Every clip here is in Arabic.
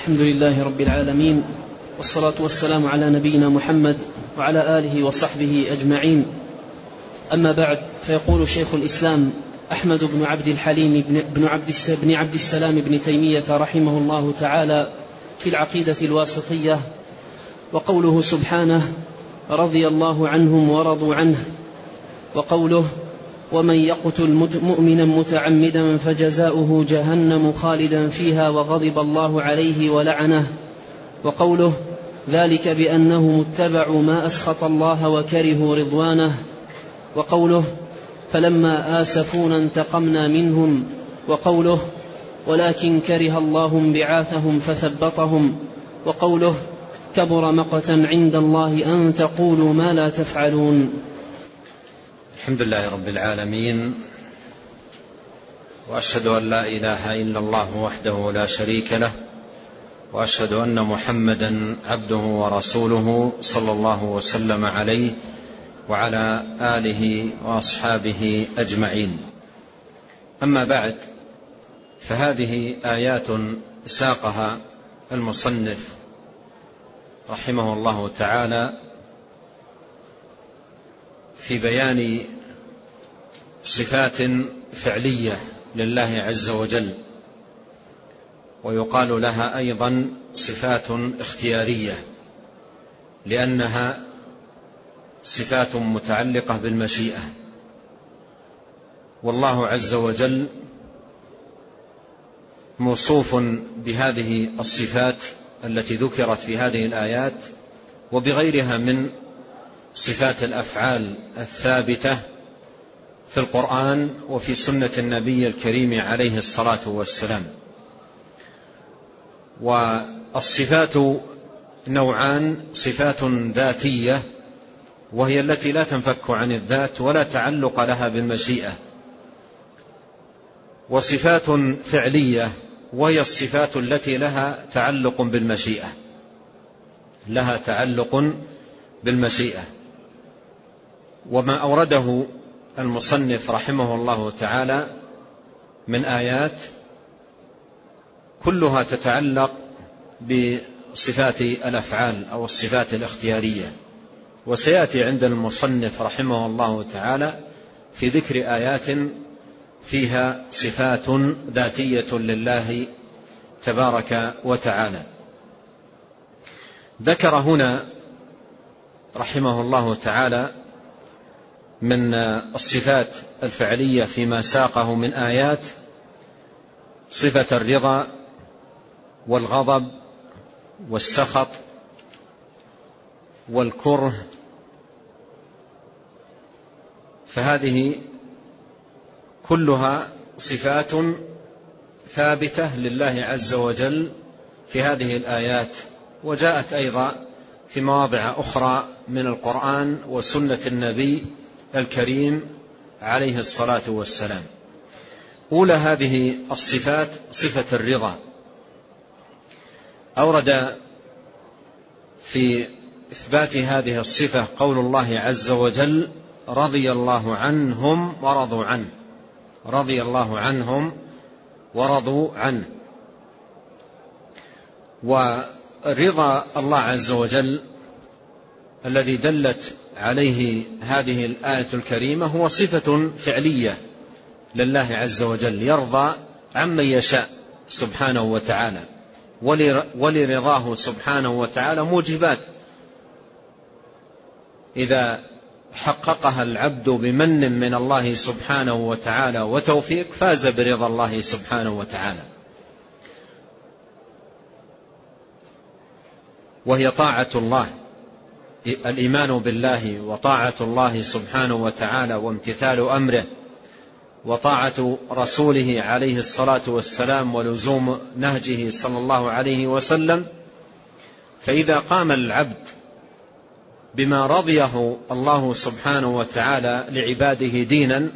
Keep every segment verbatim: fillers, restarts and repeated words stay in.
الحمد لله رب العالمين، والصلاة والسلام على نبينا محمد وعلى آله وصحبه أجمعين. أما بعد، فيقول شيخ الإسلام أحمد بن عبد الحليم بن عبد بن عبد السلام بن تيمية رحمه الله تعالى في العقيدة الواسطية: وقوله سبحانه: رضي الله عنهم ورضوا عنه. وقوله: ومن يقتل مؤمنا متعمدا فجزاؤه جهنم خالدا فيها وغضب الله عليه ولعنه. وقوله: ذلك بأنهم اتبعوا ما أسخط الله وكرهوا رضوانه. وقوله: فلما آسفونا انتقمنا منهم. وقوله: ولكن كره الله بعاثهم فثبطهم. وقوله: كبر مقتا عند الله أن تقولوا ما لا تفعلون. الحمد لله رب العالمين، وأشهد أن لا إله إلا الله وحده لا شريك له، وأشهد أن محمدا عبده ورسوله صلى الله وسلم عليه وعلى آله وأصحابه أجمعين. أما بعد، فهذه آيات ساقها المصنف رحمه الله تعالى في بيان صفات فعلية لله عز وجل، ويقال لها أيضا صفات اختيارية، لأنها صفات متعلقة بالمشيئة. والله عز وجل موصوف بهذه الصفات التي ذكرت في هذه الآيات وبغيرها من صفات الأفعال الثابتة في القرآن وفي سنة النبي الكريم عليه الصلاة والسلام. والصفات نوعان: صفات ذاتية وهي التي لا تنفك عن الذات ولا تعلق لها بالمشيئة، وصفات فعلية وهي الصفات التي لها تعلق بالمشيئة لها تعلق بالمشيئة. وما أورده المصنف رحمه الله تعالى من آيات كلها تتعلق بصفات الأفعال أو الصفات الاختيارية، وسيأتي عند المصنف رحمه الله تعالى في ذكر آيات فيها صفات ذاتية لله تبارك وتعالى. ذكر هنا رحمه الله تعالى من الصفات الفعلية فيما ساقه من آيات صفة الرضا والغضب والسخط والكره، فهذه كلها صفات ثابتة لله عز وجل في هذه الآيات، وجاءت أيضا في مواضع أخرى من القرآن وسنة النبي الكريم عليه الصلاة والسلام. أولى هذه الصفات صفة الرضا. أورد في إثبات هذه الصفة قول الله عز وجل: رضي الله عنهم ورضوا عنه. رضي الله عنهم ورضوا عنه. ورضا الله عز وجل الذي دلت عليه هذه الآية الكريمة هو صفة فعلية لله عز وجل، يرضى عمن يشاء سبحانه وتعالى، ولرضاه سبحانه وتعالى موجبات إذا حققها العبد بمن من الله سبحانه وتعالى وتوفيق فاز برضا الله سبحانه وتعالى، وهي طاعة الله، الإيمان بالله وطاعة الله سبحانه وتعالى وامتثال أمره وطاعة رسوله عليه الصلاة والسلام ولزوم نهجه صلى الله عليه وسلم. فإذا قام العبد بما رضيه الله سبحانه وتعالى لعباده دينا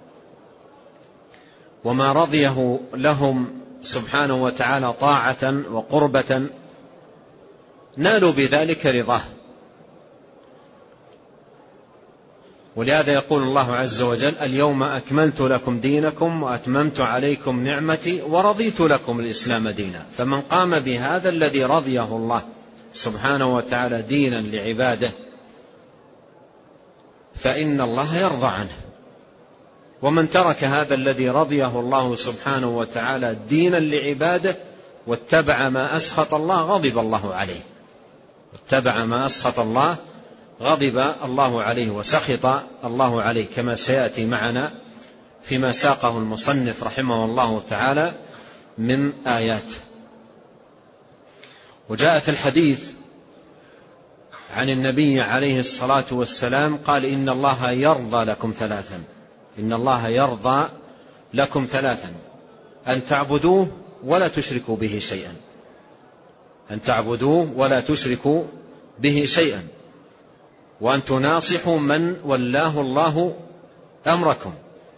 وما رضيه لهم سبحانه وتعالى طاعة وقربة، نالوا بذلك رضاه. ولهذا يقول الله عز وجل: اليوم أكملت لكم دينكم وأتممت عليكم نعمتي ورضيت لكم الإسلام دينا. فمن قام بهذا الذي رضيه الله سبحانه وتعالى دينا لعباده فإن الله يرضى عنه، ومن ترك هذا الذي رضيه الله سبحانه وتعالى دينا لعباده واتبع ما أسخط الله غضب الله عليه، واتبع ما أسخط الله غضب الله عليه وسخط الله عليه، كما سيأتي معنا فيما ساقه المصنف رحمه الله تعالى من آيات. وجاء في الحديث عن النبي عليه الصلاة والسلام قال: إن الله يرضى لكم ثلاثا، إن الله يرضى لكم ثلاثا: أن تعبدوه ولا تشركوا به شيئا، أن تعبدوه ولا تشركوا به شيئا، وأن تناصحوا من ولاه الله أمركم،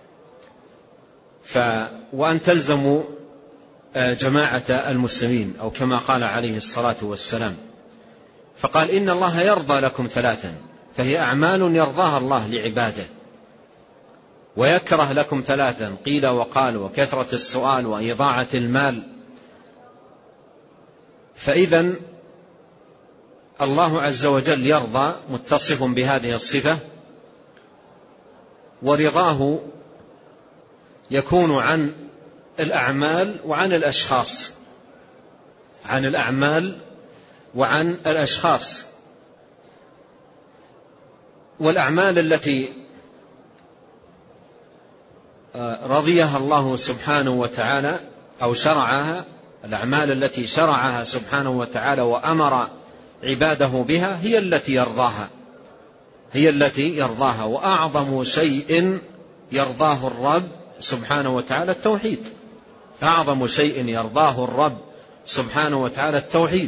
ف وأن تلزموا جماعة المسلمين، أو كما قال عليه الصلاة والسلام. فقال: إن الله يرضى لكم ثلاثا، فهي أعمال يرضاها الله لعباده، ويكره لكم ثلاثا: قيل وقال وكثرة السؤال وإضاعة المال. فإذا الله عز وجل يرضى، متصف بهذه الصفة، ورضاه يكون عن الأعمال وعن الأشخاص، عن الأعمال وعن الأشخاص. والأعمال التي رضيها الله سبحانه وتعالى أو شرعها، الأعمال التي شرعها سبحانه وتعالى وأمر عباده بها هي التي يرضاها، هي التي يرضاها. وأعظم شيء يرضاه الرب سبحانه وتعالى التوحيد، أعظم شيء يرضاه الرب سبحانه وتعالى التوحيد.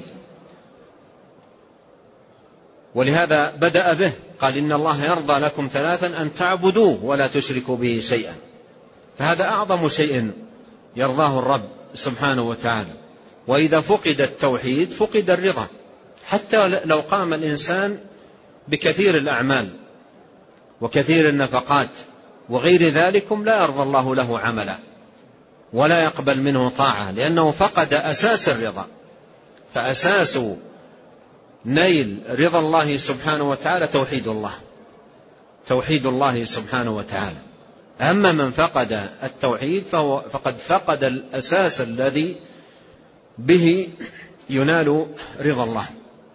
ولهذا بدأ به، قال: إن الله يرضى لكم ثلاثا: أن تعبدوه ولا تشركوا به شيئا. فهذا أعظم شيء يرضاه الرب سبحانه وتعالى. وإذا فقد التوحيد فقد الرضا، حتى لو قام الإنسان بكثير الأعمال وكثير النفقات وغير ذلكم لا يرضى الله له عملا ولا يقبل منه طاعة، لأنه فقد أساس الرضا. فأساس نيل رضا الله سبحانه وتعالى توحيد الله، توحيد الله سبحانه وتعالى. أما من فقد التوحيد فهو فقد فقد الأساس الذي به ينال رضا الله.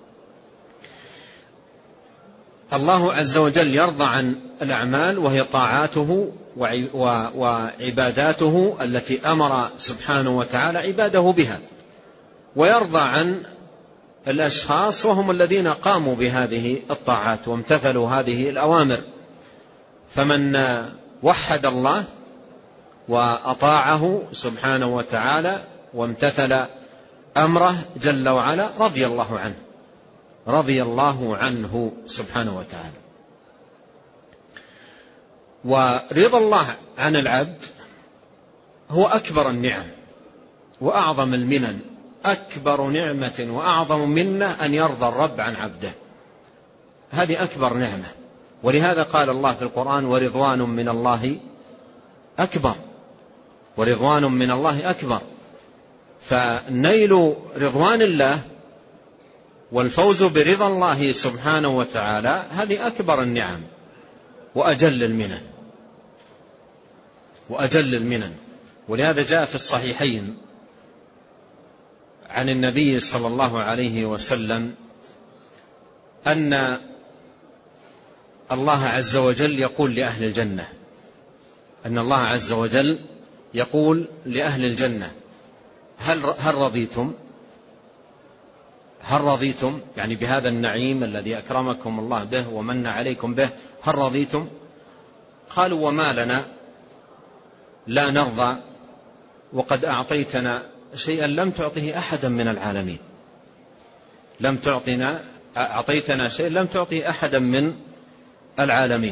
الله عز وجل يرضى عن الأعمال وهي طاعاته وعباداته التي أمر سبحانه وتعالى عباده بها، ويرضى عن الأشخاص وهم الذين قاموا بهذه الطاعات وامتثلوا هذه الأوامر. فمن وحد الله وأطاعه سبحانه وتعالى وامتثل أمره جل وعلا رضي الله عنه، رضي الله عنه سبحانه وتعالى. ورضا الله عن العبد هو أكبر النعم وأعظم المنن، أكبر نعمة وأعظم منة أن يرضى الرب عن عبده، هذه أكبر نعمة. ولهذا قال الله في القرآن: ورضوان من الله أكبر، ورضوان من الله أكبر. فنيل رضوان الله والفوز برضا الله سبحانه وتعالى هذه أكبر النعم وأجل المنن، وأجل المنن. ولهذا جاء في الصحيحين عن النبي صلى الله عليه وسلم أن الله عز وجل يقول لأهل الجنة، أن الله عز وجل يقول لأهل الجنة: هل هل رضيتم؟ هل رضيتم يعني بهذا النعيم الذي أكرمكم الله به ومن عليكم به، هل رضيتم؟ قالوا: وما لنا لا نرضى وقد أعطيتنا شيئا لم تعطه أحدا من العالمين، لم تعطنا أعطيتنا شيئا لم تعطه أحدا من العالمين.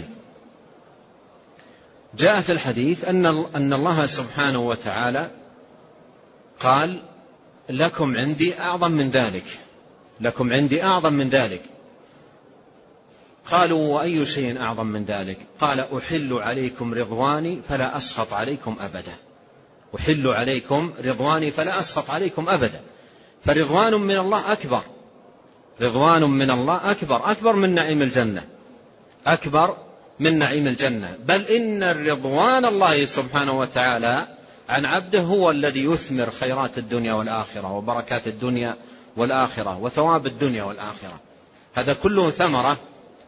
جاء في الحديث أن أن الله سبحانه وتعالى قال: لكم عندي أعظم من ذلك، لكم عندي أعظم من ذلك. قالوا وأي شيء أعظم من ذلك؟ قال أحل عليكم رضواني فلا أسخط عليكم أبدا. أحل عليكم رضواني فلا أسخط عليكم أبدا. فرضوان من الله أكبر، رضوان من الله أكبر، أكبر من نعيم الجنة، أكبر من نعيم الجنة. بل إن الرضوان الله سبحانه وتعالى عن عبده هو الذي يثمر خيرات الدنيا والآخرة وبركات الدنيا والآخرة وثواب الدنيا والآخرة. هذا كله ثمرة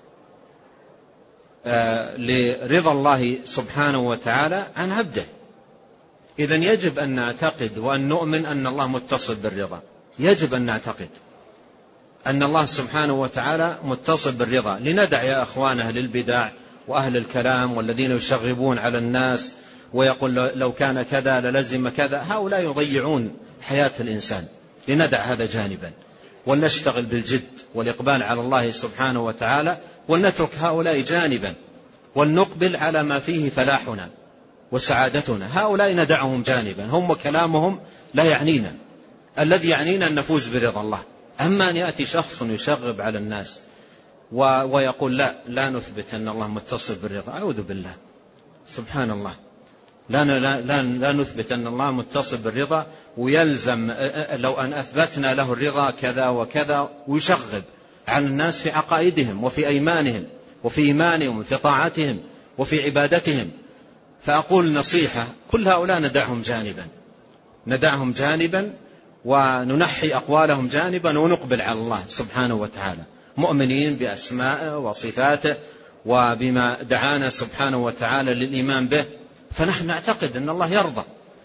آه لرضا الله سبحانه وتعالى عن عبده. إذن يجب أن نعتقد وأن نؤمن أن الله متصل بالرضا، يجب أن نعتقد أن الله سبحانه وتعالى متصل بالرضا. لندع يا أخوان أهل البدع وأهل الكلام والذين يشغبون على الناس ويقول لو كان كذا للزم كذا، هؤلاء يضيعون حياة الإنسان. لندع هذا جانبا ولنشتغل بالجد والإقبال على الله سبحانه وتعالى، ولنترك هؤلاء جانبا ولنقبل على ما فيه فلاحنا وسعادتنا. هؤلاء ندعهم جانبا، هم وكلامهم لا يعنينا، الذي يعنينا أن نفوز برضا الله. أما أن يأتي شخص يشغب على الناس ويقول لا لا نثبت أن الله متصل بالرضا، أعوذ بالله، سبحان الله، لا, لا, لا, لا نثبت أن الله متصل بالرضا، ويلزم لو أن أثبتنا له الرضا كذا وكذا، ويشغب على الناس في عقائدهم وفي أيمانهم وفي إيمانهم وفي طاعتهم وفي عبادتهم. فأقول نصيحة، كل هؤلاء ندعهم جانبا، ندعهم جانبا وننحي أقوالهم جانبا ونقبل على الله سبحانه وتعالى، مؤمنين بأسمائه وصفاته وبما دعانا سبحانه وتعالى للإيمان به. فنحن نعتقد أن الله يرضى،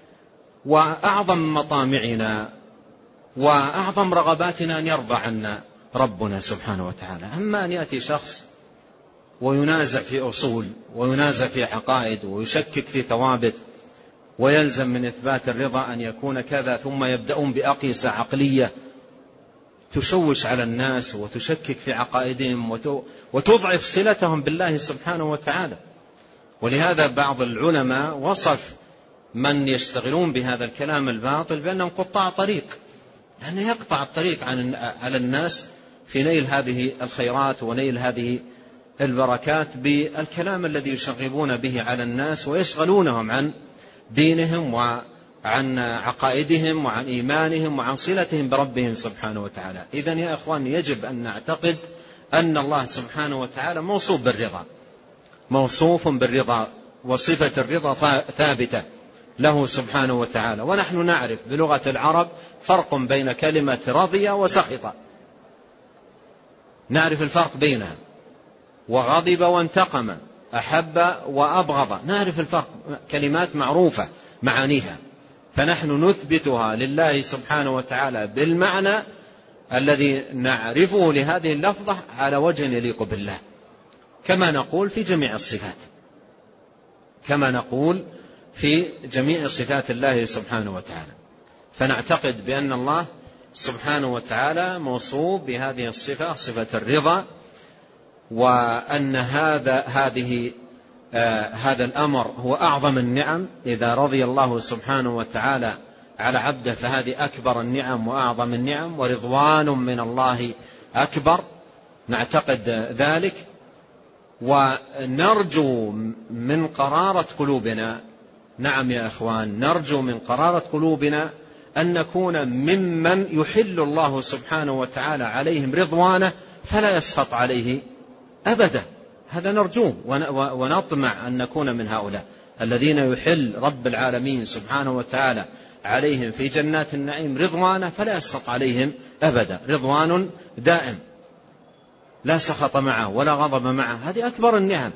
وأعظم مطامعنا وأعظم رغباتنا أن يرضى عنا ربنا سبحانه وتعالى. أما أن يأتي شخص وينازع في أصول وينازع في عقائد ويشكك في ثوابت، ويلزم من إثبات الرضا أن يكون كذا، ثم يبدأون بأقيسة عقلية تشوش على الناس وتشكك في عقائدهم وتضعف صلتهم بالله سبحانه وتعالى. ولهذا بعض العلماء وصف من يشتغلون بهذا الكلام الباطل بأنهم قطاع طريق، لأنه يقطع الطريق على الناس في نيل هذه الخيرات ونيل هذه البركات بالكلام الذي يشغبون به على الناس ويشغلونهم عن دينهم وعن عقائدهم وعن إيمانهم وعن صلتهم بربهم سبحانه وتعالى. إذن يا أخوان يجب أن نعتقد أن الله سبحانه وتعالى موصوف بالرضا، موصوف بالرضا، وصفة الرضا ثابتة له سبحانه وتعالى. ونحن نعرف بلغة العرب فرق بين كلمة رضي وسخط، نعرف الفرق بينها، وغضب وانتقم، أحب وأبغض، نعرف الفرق، كلمات معروفة معانيها، فنحن نثبتها لله سبحانه وتعالى بالمعنى الذي نعرفه لهذه اللفظة على وجه يليق بالله، كما نقول في جميع الصفات، كما نقول في جميع صفات الله سبحانه وتعالى. فنعتقد بأن الله سبحانه وتعالى موصوف بهذه الصفة، صفة الرضا، وأن هذا هذه آه هذا الأمر هو أعظم النعم. إذا رضي الله سبحانه وتعالى على عبده فهذه أكبر النعم وأعظم النعم، ورضوان من الله أكبر، نعتقد ذلك. ونرجو من قرارة قلوبنا، نعم يا أخوان، نرجو من قرارة قلوبنا أن نكون ممن يحل الله سبحانه وتعالى عليهم رضوانه فلا يسخط عليه أبدا، هذا نرجوه ونطمع أن نكون من هؤلاء الذين يحل رب العالمين سبحانه وتعالى عليهم في جنات النعيم رضوانه فلا يسخط عليهم أبدا، رضوان دائم لا سخط معه ولا غضب معه، هذه أكبر النعم.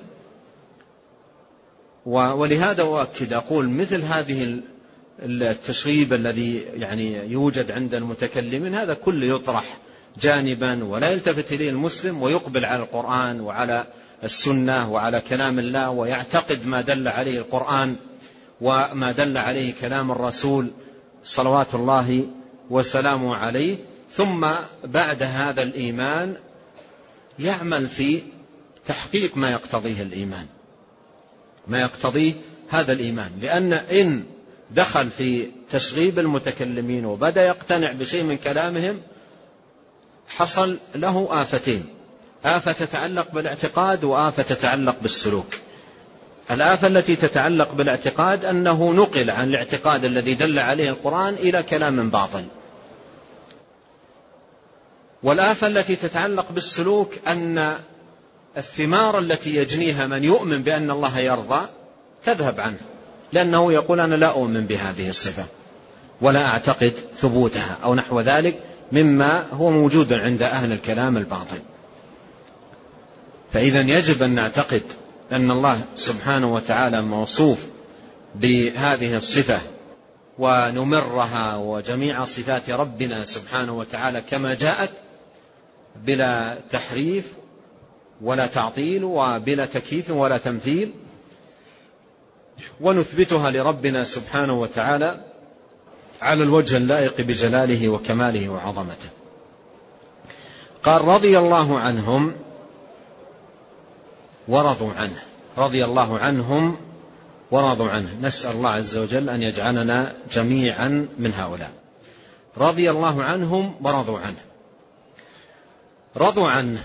ولهذا أؤكد أقول مثل هذه التشغيب الذي يعني يوجد عند المتكلمين هذا كله يطرح جانبا ولا يلتفت إليه المسلم، ويقبل على القرآن وعلى السنة وعلى كلام الله، ويعتقد ما دل عليه القرآن وما دل عليه كلام الرسول صلوات الله وسلامه عليه. ثم بعد هذا الإيمان يعمل في تحقيق ما يقتضيه الإيمان، ما يقتضيه هذا الإيمان، لأن إن دخل في تشغيب المتكلمين وبدأ يقتنع بشيء من كلامهم حصل له آفتين. آفة تتعلق بالاعتقاد وآفة تتعلق بالسلوك. الآفة التي تتعلق بالاعتقاد أنه نقل عن الاعتقاد الذي دل عليه القرآن إلى كلام باطل، والآفة التي تتعلق بالسلوك أن الثمار التي يجنيها من يؤمن بأن الله يرضى تذهب عنه، لأنه يقول أنا لا أؤمن بهذه الصفة ولا أعتقد ثبوتها أو نحو ذلك مما هو موجود عند أهل الكلام الباطل. فإذا يجب أن نعتقد أن الله سبحانه وتعالى موصوف بهذه الصفة ونمرها وجميع صفات ربنا سبحانه وتعالى كما جاءت بلا تحريف ولا تعطيل وبلا تكييف ولا تمثيل، ونثبتها لربنا سبحانه وتعالى على الوجه اللائق بجلاله وكماله وعظمته. قال رضي الله عنهم ورضوا عنه، رضي الله عنهم ورضوا عنه. نسأل الله عز وجل أن يجعلنا جميعا من هؤلاء. رضي الله عنهم ورضوا عنه. رضوا عنه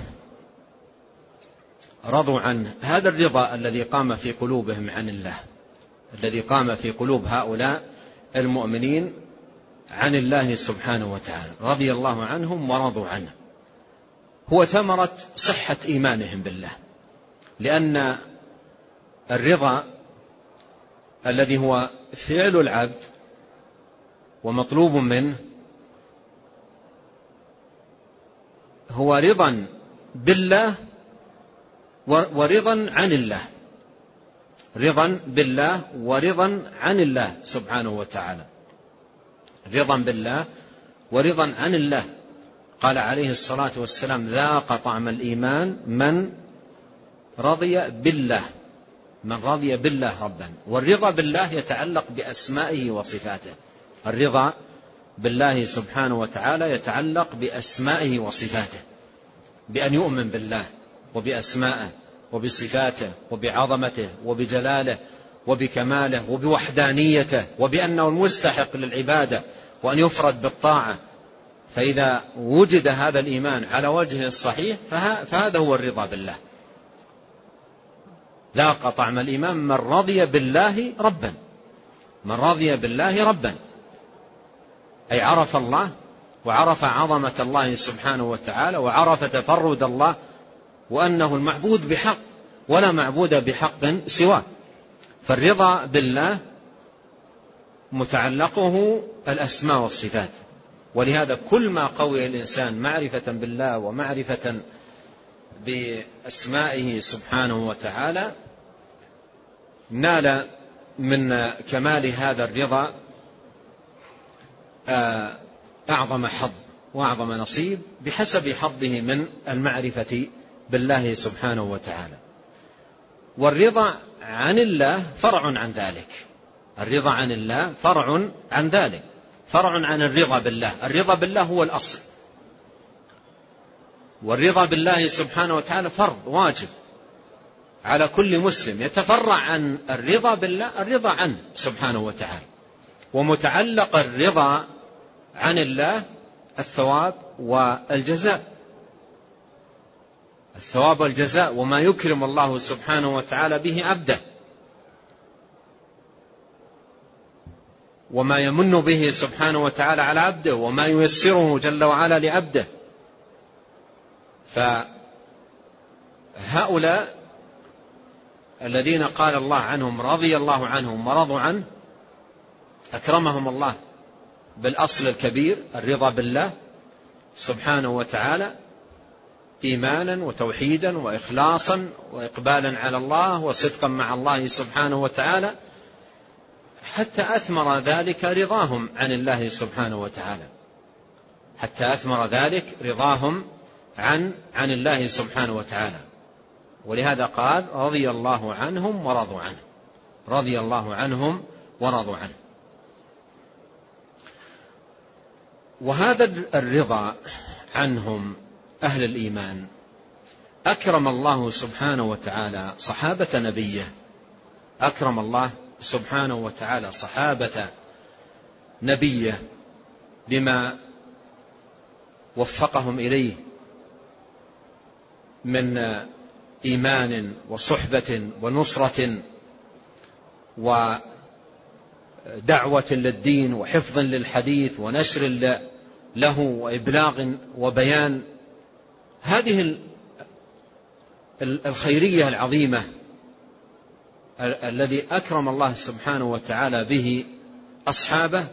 رضوا عنه هذا الرضا الذي قام في قلوبهم عن الله، الذي قام في قلوب هؤلاء المؤمنين عن الله سبحانه وتعالى، رضي الله عنهم ورضوا عنه، هو ثمرة صحة إيمانهم بالله. لأن الرضا الذي هو فعل العبد ومطلوب منه هو رضا بالله ورضا عن الله، رضا بالله ورضا عن الله سبحانه وتعالى، رضا بالله ورضا عن الله. قال عليه الصلاة والسلام ذاق طعم الإيمان من رضي بالله، من رضي بالله ربا. والرضا بالله يتعلق بأسمائه وصفاته، الرضا بالله سبحانه وتعالى يتعلق بأسمائه وصفاته، بأن يؤمن بالله وبأسمائه وبصفاته وبعظمته وبجلاله وبكماله وبوحدانيته وبأنه المستحق للعبادة وأن يفرد بالطاعة. فإذا وجد هذا الإيمان على وجهه الصحيح فهذا هو الرضا بالله. ذاق طعم الإيمان من رضي بالله ربا، من رضي بالله ربا أي عرف الله وعرف عظمة الله سبحانه وتعالى وعرف تفرد الله وأنه المعبود بحق ولا معبود بحق سواه. فالرضا بالله متعلقه الأسماء والصفات، ولهذا كل ما قوي الإنسان معرفة بالله ومعرفة بأسمائه سبحانه وتعالى نال من كمال هذا الرضا أعظم حظ وأعظم نصيب بحسب حظه من المعرفة بالله سبحانه وتعالى. والرضا عن الله فرع عن ذلك، الرضا عن الله فرع عن ذلك، فرع عن الرضا بالله. الرضا بالله هو الأصل، والرضا بالله سبحانه وتعالى فرض واجب على كل مسلم. يتفرع عن الرضا بالله الرضا عنه سبحانه وتعالى. ومتعلق الرضا عن الله الثواب والجزاء، الثواب والجزاء وما يكرم الله سبحانه وتعالى به عبده وما يمن به سبحانه وتعالى على عبده وما ييسره جل وعلا لعبده. فهؤلاء الذين قال الله عنهم رضي الله عنهم ورضوا عنه أكرمهم الله بالأصل الكبير الرضا بالله سبحانه وتعالى إيمانا وتوحيدا وإخلاصا وإقبالا على الله وصدقا مع الله سبحانه وتعالى، حتى أثمر ذلك رضاهم عن الله سبحانه وتعالى، حتى أثمر ذلك رضاهم عن عن الله سبحانه وتعالى. ولهذا قال رضي الله عنهم ورضوا عنه، رضي الله عنهم ورضوا عنه. وهذا الرضا عنهم أهل الإيمان أكرم الله سبحانه وتعالى صحابة نبيه، أكرم الله سبحانه وتعالى صحابة نبيه بما وفقهم إليه من إيمان وصحبة ونصرة ودعوة للدين وحفظ للحديث ونشر له وإبلاغ وبيان. هذه الخيرية العظيمة الذي أكرم الله سبحانه وتعالى به أصحابه،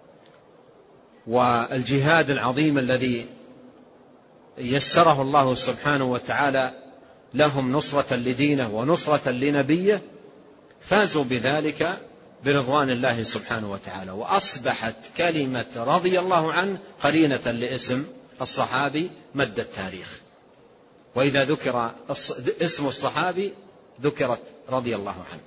والجهاد العظيم الذي يسره الله سبحانه وتعالى لهم نصرة لدينه ونصرة لنبيه، فازوا بذلك برضوان الله سبحانه وتعالى. وأصبحت كلمة رضي الله عنه قرينة لاسم الصحابي مد التاريخ، وإذا ذكر اسم الصحابي ذكرت رضي الله عنه،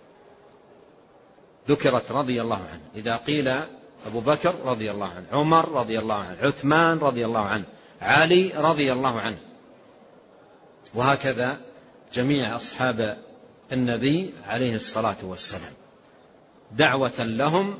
ذكرت رضي الله عنه. إذا قيل أبو بكر رضي الله عنه، عمر رضي الله عنه، عثمان رضي الله عنه، علي رضي الله عنه، وهكذا جميع أصحاب النبي عليه الصلاة والسلام، دعوة لهم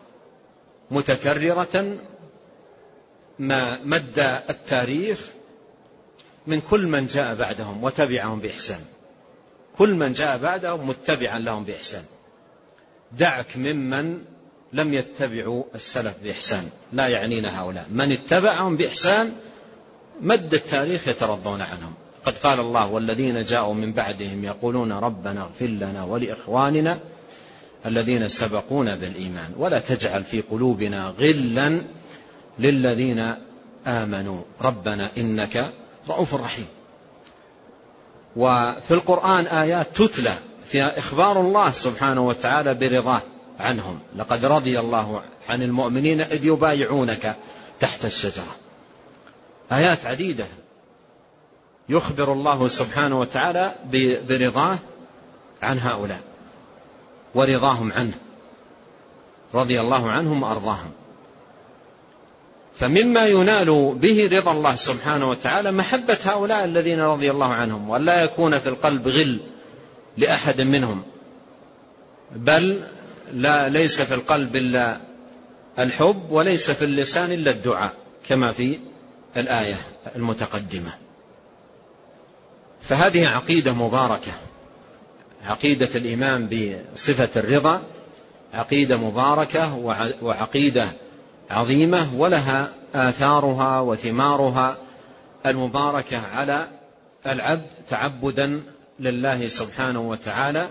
متكررة ما مد التاريخ من كل من جاء بعدهم وتبعهم بإحسان، كل من جاء بعدهم متبعا لهم بإحسان. دعك ممن لم يتبعوا السلف بإحسان، لا يعنينا هؤلاء، من اتبعهم بإحسان مد التاريخ يترضون عنهم. قد قال الله: والذين جاءوا من بعدهم يقولون ربنا اغفر لنا ولإخواننا الذين سبقونا بالإيمان ولا تجعل في قلوبنا غلا للذين آمنوا ربنا إنك رؤوف رحيم. وفي القرآن آيات تتلى فيها إخبار الله سبحانه وتعالى برضاه عنهم: لقد رضي الله عن المؤمنين إذ يبايعونك تحت الشجرة. آيات عديدة يخبر الله سبحانه وتعالى برضاه عن هؤلاء ورضاهم عنه، رضي الله عنهم وأرضاهم. فمما ينال به رضا الله سبحانه وتعالى محبة هؤلاء الذين رضي الله عنهم، ولا يكون في القلب غل لأحد منهم، بل لا ليس في القلب إلا الحب، وليس في اللسان إلا الدعاء، كما في الآية المتقدمة. فهذه عقيدة مباركة، عقيدة الإيمان بصفة الرضا، عقيدة مباركة وعقيدة عظيمة، ولها آثارها وثمارها المباركة على العبد تعبدا لله سبحانه وتعالى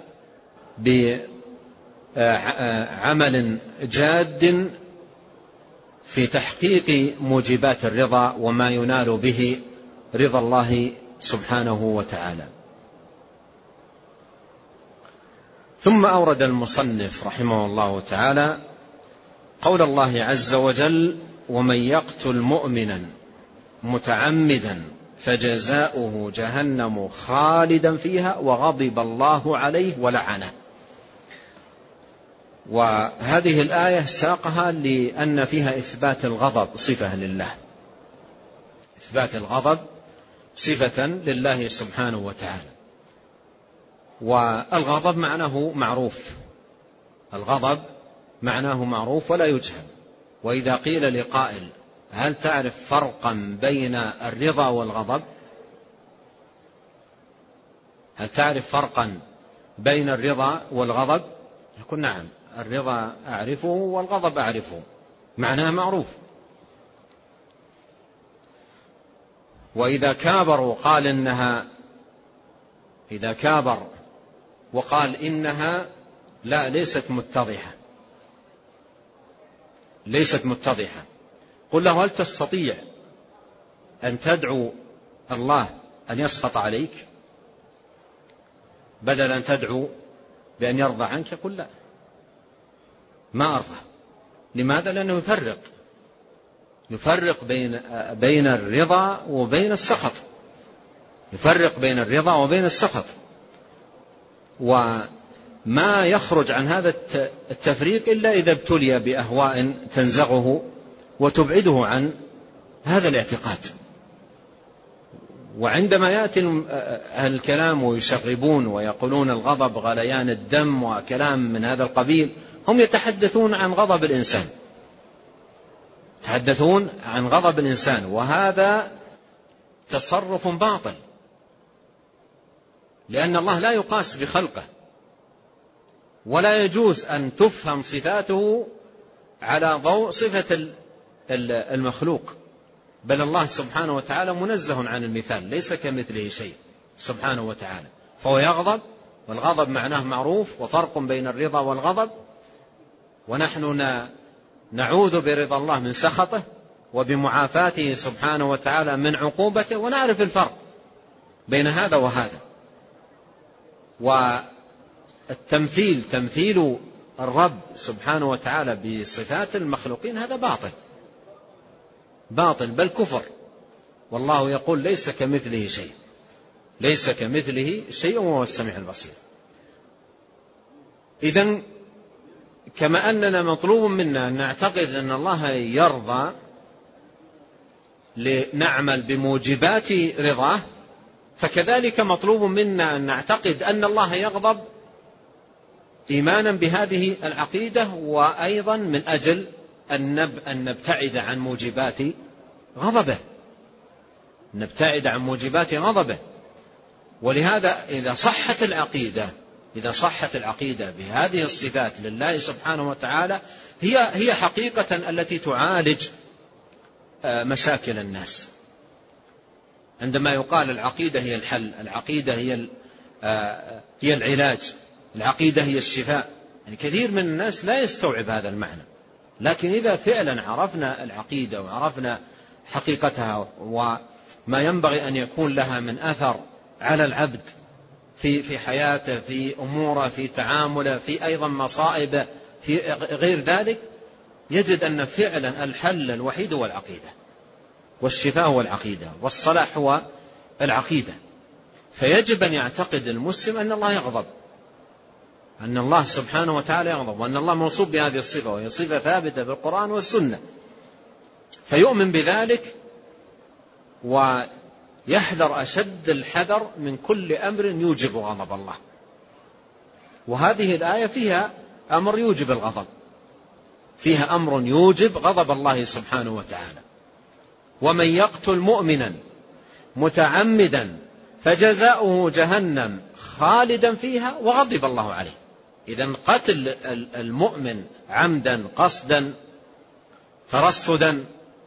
بعمل جاد في تحقيق موجبات الرضا وما ينال به رضا الله سبحانه وتعالى. ثم أورد المصنف رحمه الله تعالى قول الله عز وجل: ومن يقتل مؤمنا متعمدا فجزاؤه جهنم خالدا فيها وغضب الله عليه ولعنه. وهذه الآية ساقها لأن فيها إثبات الغضب صفة لله، إثبات الغضب صفة لله سبحانه وتعالى. والغضب معناه معروف، الغضب معناه معروف ولا يجهل. وإذا قيل لقائل: هل تعرف فرقا بين الرضا والغضب؟ هل تعرف فرقا بين الرضا والغضب؟ يقول: نعم، الرضا أعرفه والغضب أعرفه، معناه معروف. وإذا كابر قال إنها إذا كابر وقال إنها لا ليست متضحة، ليست متضحة، قل له: هل تستطيع أن تدعو الله أن يسخط عليك بدل أن تدعو بأن يرضى عنك؟ قل: لا، ما أرضى. لماذا؟ لأنه يفرق يفرق بين بين الرضا وبين السخط، يفرق بين الرضا وبين السخط، وما يخرج عن هذا التفريق إلا إذا ابتلي بأهواء تنزغه وتبعده عن هذا الاعتقاد. وعندما يأتي أهل الكلام ويشغبون ويقولون الغضب غليان الدم وكلام من هذا القبيل، هم يتحدثون عن غضب الإنسان، يتحدثون عن غضب الإنسان، وهذا تصرف باطل لأن الله لا يقاس بخلقه، ولا يجوز أن تفهم صفاته على ضوء صفة المخلوق، بل الله سبحانه وتعالى منزه عن المثال، ليس كمثله شيء سبحانه وتعالى. فهو يغضب، والغضب معناه معروف، وفرق بين الرضا والغضب، ونحن نعوذ برضا الله من سخطه، وبمعافاته سبحانه وتعالى من عقوبته، ونعرف الفرق بين هذا وهذا. والتمثيل تمثيل الرب سبحانه وتعالى بصفات المخلوقين هذا باطل باطل بل كفر، والله يقول ليس كمثله شيء، ليس كمثله شيء وهو السميع البصير. إذن كما أننا مطلوب منا أن نعتقد أن الله يرضى لنعمل بموجبات رضاه، فكذلك مطلوب منا أن نعتقد أن الله يغضب إيمانا بهذه العقيدة، وأيضا من أجل أن نبتعد عن موجبات غضبه، نبتعد عن موجبات غضبه. ولهذا إذا صحت العقيدة إذا صحت العقيدة بهذه الصفات لله سبحانه وتعالى، هي هي حقيقة التي تعالج مشاكل الناس. عندما يقال العقيدة هي الحل، العقيدة هي هي العلاج، العقيدة هي الشفاء، يعني كثير من الناس لا يستوعب هذا المعنى. لكن إذا فعلا عرفنا العقيدة وعرفنا حقيقتها وما ينبغي أن يكون لها من أثر على العبد في في حياته، في أموره، في تعامله، في أيضا مصائبه، في غير ذلك، يجد أن فعلا الحل الوحيد هو العقيدة، والشفاء هو العقيدة، والصلاح هو العقيدة. فيجب أن يعتقد المسلم أن الله يغضب، أن الله سبحانه وتعالى يغضب، وأن الله موصوف بهذه الصفة، وهي صفة ثابتة بالقرآن والسنة، فيؤمن بذلك ويحذر أشد الحذر من كل أمر يوجب غضب الله. وهذه الآية فيها أمر يوجب الغضب، فيها أمر يوجب غضب الله سبحانه وتعالى. ومن يقتل مؤمنا متعمدا فجزاؤه جهنم خالدا فيها وغضب الله عليه. إذن قتل المؤمن عمدا قصدا ترصدا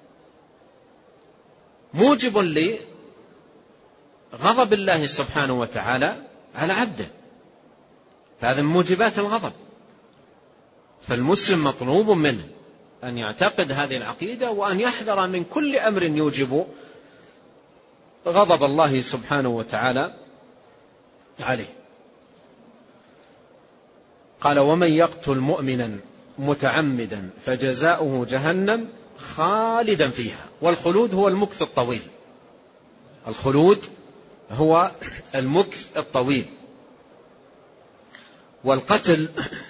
موجب لغضب الله سبحانه وتعالى على عبده، فهذا من موجبات الغضب. فالمسلم مطلوب منه أن يعتقد هذه العقيدة، وأن يحذر من كل أمر يوجب غضب الله سبحانه وتعالى عليه. قال ومن يقتل مؤمنا متعمدا فجزاؤه جهنم خالدا فيها. والخلود هو المكث الطويل، الخلود هو المكث الطويل. والقتل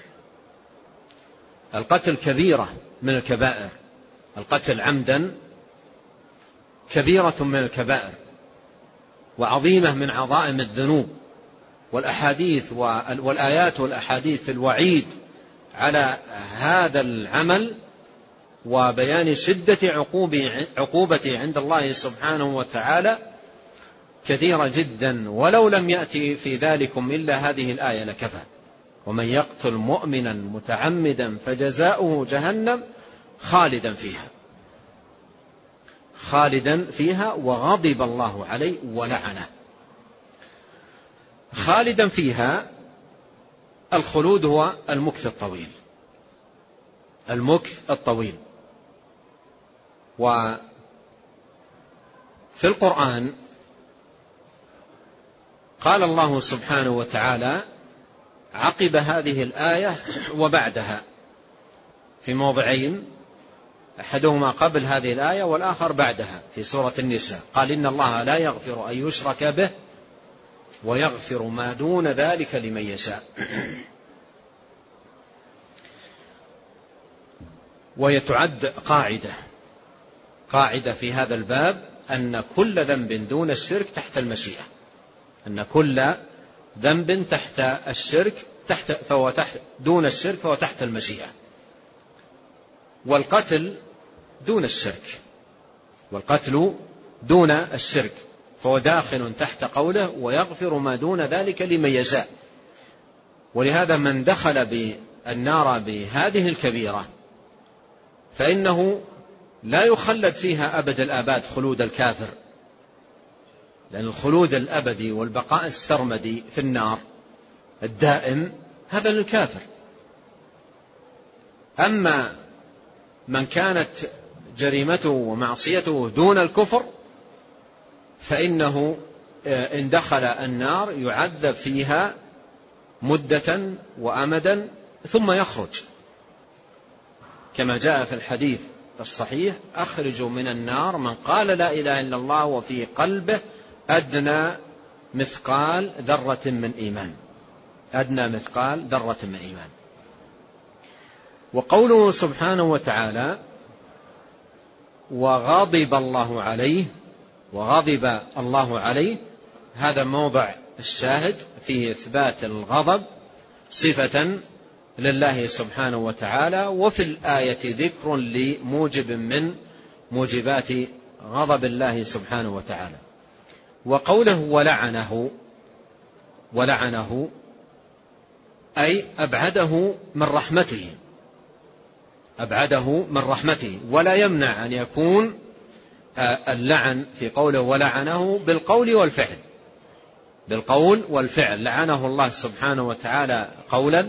القتل كبيرة من الكبائر، القتل عمدا كبيرة من الكبائر وعظيمة من عظائم الذنوب. والأحاديث والآيات والأحاديث في الوعيد على هذا العمل وبيان شدة عقوبته عند الله سبحانه وتعالى كثيرة جدا، ولو لم يأتي في ذلكم إلا هذه الآية لكفى. ومن يقتل مؤمنا متعمدا فجزاؤه جهنم خالدا فيها خالدا فيها وغضب الله عليه ولعنه. خالدا فيها، الخلود هو المكث الطويل، المكث الطويل. وفي القرآن قال الله سبحانه وتعالى عقب هذه الآية وبعدها في موضعين، أحدهما قبل هذه الآية والآخر بعدها في سورة النساء. قال إن الله لا يغفر أن يشرك به ويغفر ما دون ذلك لمن يشاء. ويتعد قاعدة قاعدة في هذا الباب أن كل ذنب دون الشرك تحت المشيئة، أن كل ذنب تحت الشرك تحت فهو تحت دون الشرك فهو تحت المشيئة. والقتل دون الشرك والقتل دون الشرك فهو داخل تحت قوله ويغفر ما دون ذلك لمن يشاء. ولهذا من دخل بالنار بهذه الكبيرة فإنه لا يخلد فيها أبد الآباد خلود الكافر، لأن الخلود الأبدي والبقاء السرمدي في النار الدائم هذا للكافر. أما من كانت جريمته ومعصيته دون الكفر فإنه إن دخل النار يعذب فيها مدة وأمدا ثم يخرج، كما جاء في الحديث الصحيح: أخرجوا من النار من قال لا إله إلا الله وفي قلبه أدنى مثقال ذرة من إيمان، أدنى مثقال ذرة من إيمان. وقوله سبحانه وتعالى: وغضب الله عليه، وغضب الله عليه، هذا موضع الشاهد فيه إثبات الغضب صفة لله سبحانه وتعالى، وفي الآية ذكر لموجب من موجبات غضب الله سبحانه وتعالى. وقوله ولعنه، ولعنه أي أبعده من رحمته، أبعده من رحمته. ولا يمنع أن يكون اللعن في قوله ولعنه بالقول والفعل، بالقول والفعل. لعنه الله سبحانه وتعالى قولا،